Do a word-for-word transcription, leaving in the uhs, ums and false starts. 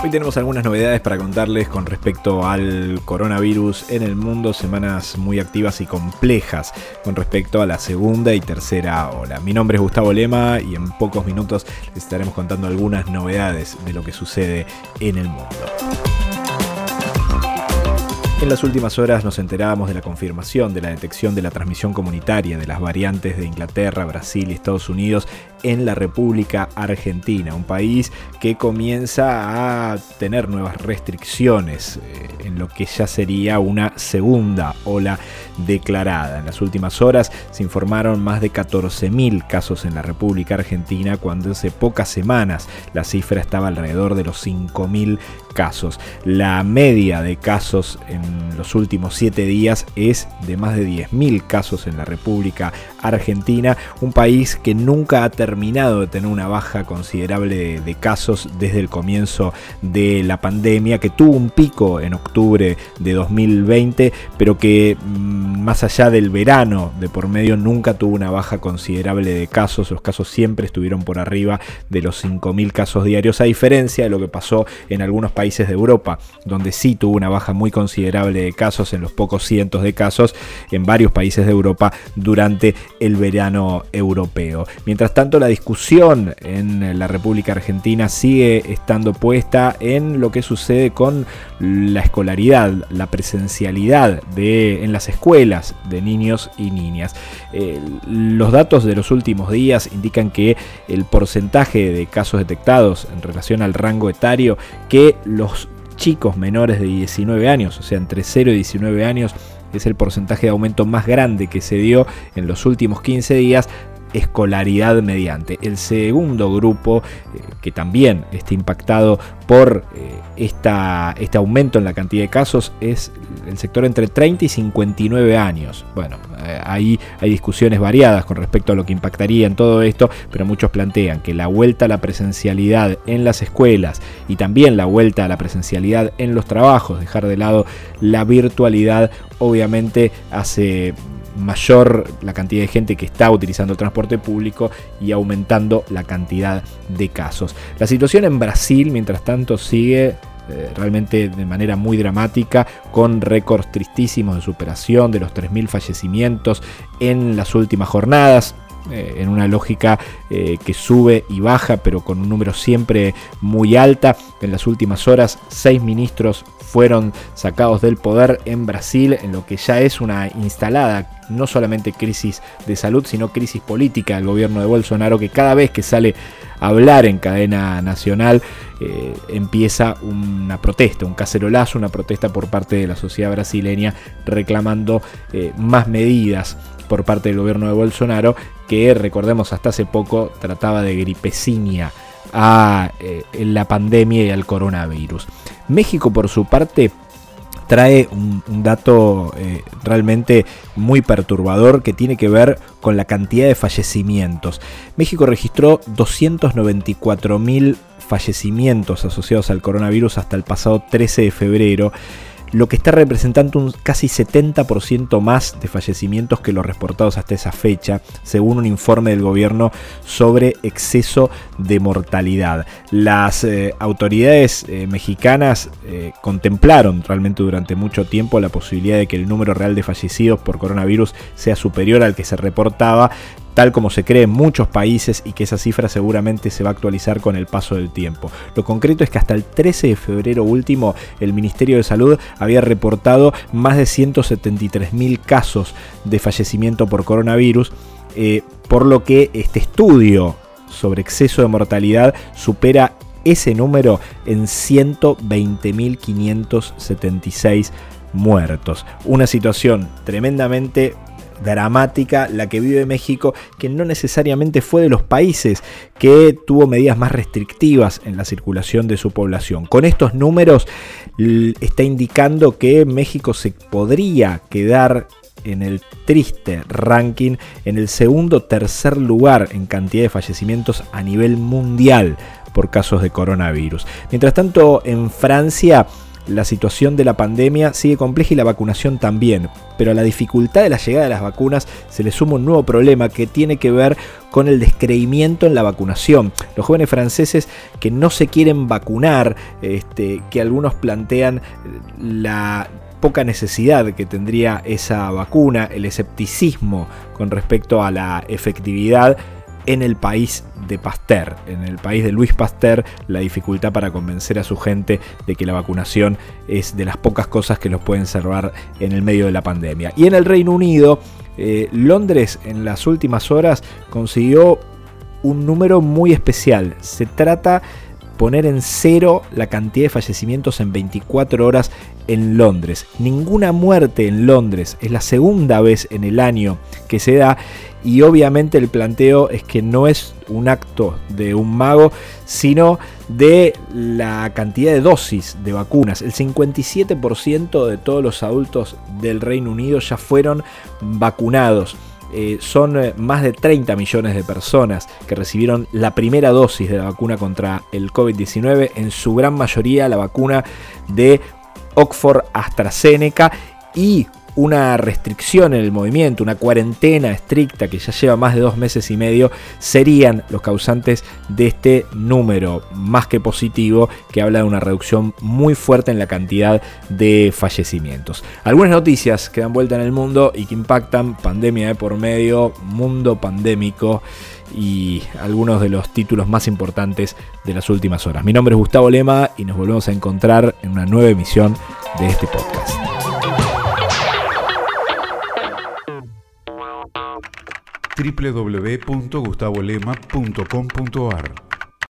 Hoy tenemos algunas novedades para contarles con respecto al coronavirus en el mundo, semanas muy activas y complejas con respecto a la segunda y tercera ola. Mi nombre es Gustavo Lema y en pocos minutos les estaremos contando algunas novedades de lo que sucede en el mundo. En las últimas horas nos enterábamos de la confirmación de la detección de la transmisión comunitaria de las variantes de Inglaterra, Brasil y Estados Unidos en la República Argentina, un país que comienza a tener nuevas restricciones eh, en lo que ya sería una segunda ola declarada. En las últimas horas se informaron más de catorce mil casos en la República Argentina, cuando hace pocas semanas la cifra estaba alrededor de los cinco mil casos. La media de casos en los últimos siete días es de más de diez mil casos en la República Argentina, un país que nunca ha terminado de tener una baja considerable de, de casos desde el comienzo de la pandemia, que tuvo un pico en octubre de dos mil veinte, pero que más allá del verano de por medio nunca tuvo una baja considerable de casos. Los casos siempre estuvieron por arriba de los cinco mil casos diarios, a diferencia de lo que pasó en algunos países de Europa, donde sí tuvo una baja muy considerable de casos, en los pocos cientos de casos en varios países de Europa durante el verano europeo. Mientras tanto, la discusión en la República Argentina sigue estando puesta en lo que sucede con la escolaridad, la presencialidad de, en las escuelas de niños y niñas. Eh, los datos de los últimos días indican que el porcentaje de casos detectados en relación al rango etario, que los chicos menores de diecinueve años, o sea, entre cero y diecinueve años, es el porcentaje de aumento más grande que se dio en los últimos quince días. Escolaridad mediante. El segundo grupo eh, que también está impactado por eh, esta, este aumento en la cantidad de casos es el sector entre treinta y cincuenta y nueve años. Bueno, eh, ahí hay discusiones variadas con respecto a lo que impactaría en todo esto, pero muchos plantean que la vuelta a la presencialidad en las escuelas y también la vuelta a la presencialidad en los trabajos, dejar de lado la virtualidad, obviamente hace mayor la cantidad de gente que está utilizando el transporte público y aumentando la cantidad de casos. La situación en Brasil, mientras tanto, sigue eh, realmente de manera muy dramática, con récords tristísimos de superación de los tres mil fallecimientos en las últimas jornadas. Eh, en una lógica eh, que sube y baja, pero con un número siempre muy alta. En las últimas horas, seis ministros fueron sacados del poder en Brasil, en lo que ya es una instalada no solamente crisis de salud, sino crisis política del gobierno de Bolsonaro, que cada vez que sale a hablar en cadena nacional eh, empieza una protesta, un cacerolazo, una protesta por parte de la sociedad brasileña reclamando eh, más medidas por parte del gobierno de Bolsonaro, que recordemos hasta hace poco trataba de gripeciña a eh, la pandemia y al coronavirus. México, por su parte, trae un, un dato eh, realmente muy perturbador que tiene que ver con la cantidad de fallecimientos. México registró doscientos noventa y cuatro mil fallecimientos asociados al coronavirus hasta el pasado trece de febrero, lo que está representando un casi setenta por ciento más de fallecimientos que los reportados hasta esa fecha, según un informe del gobierno sobre exceso de mortalidad. Las eh, autoridades eh, mexicanas eh, contemplaron realmente durante mucho tiempo la posibilidad de que el número real de fallecidos por coronavirus sea superior al que se reportaba, tal como se cree en muchos países, y que esa cifra seguramente se va a actualizar con el paso del tiempo. Lo concreto es que hasta el trece de febrero último, el Ministerio de Salud había reportado más de ciento setenta y tres mil casos de fallecimiento por coronavirus, eh, por lo que este estudio sobre exceso de mortalidad supera ese número en ciento veinte mil quinientos setenta y seis muertos. Una situación tremendamente dramática la que vive México, que no necesariamente fue de los países que tuvo medidas más restrictivas en la circulación de su población. Con estos números está indicando que México se podría quedar en el triste ranking en el segundo o tercer lugar en cantidad de fallecimientos a nivel mundial por casos de coronavirus. Mientras tanto, en Francia, la situación de la pandemia sigue compleja y la vacunación también, pero a la dificultad de la llegada de las vacunas se le suma un nuevo problema que tiene que ver con el descreimiento en la vacunación. Los jóvenes franceses que no se quieren vacunar, este, que algunos plantean la poca necesidad que tendría esa vacuna, el escepticismo con respecto a la efectividad en el país de Pasteur, en el país de Louis Pasteur, la dificultad para convencer a su gente de que la vacunación es de las pocas cosas que los pueden salvar en el medio de la pandemia. Y en el Reino Unido, eh, Londres en las últimas horas consiguió un número muy especial. Se trata poner en cero la cantidad de fallecimientos en veinticuatro horas en Londres. Ninguna muerte en Londres, es la segunda vez en el año que se da, y obviamente el planteo es que no es un acto de un mago, sino de la cantidad de dosis de vacunas. El cincuenta y siete por ciento de todos los adultos del Reino Unido ya fueron vacunados. Eh, son eh, más de treinta millones de personas que recibieron la primera dosis de la vacuna contra el covid diecinueve, en su gran mayoría la vacuna de Oxford AstraZeneca, y una restricción en el movimiento, una cuarentena estricta que ya lleva más de dos meses y medio, serían los causantes de este número más que positivo, que habla de una reducción muy fuerte en la cantidad de fallecimientos. Algunas noticias que dan vuelta en el mundo y que impactan: pandemia de por medio, mundo pandémico y algunos de los títulos más importantes de las últimas horas. Mi nombre es Gustavo Lema y nos volvemos a encontrar en una nueva emisión de este podcast. doble u doble u doble u punto gustavo lema punto com punto a r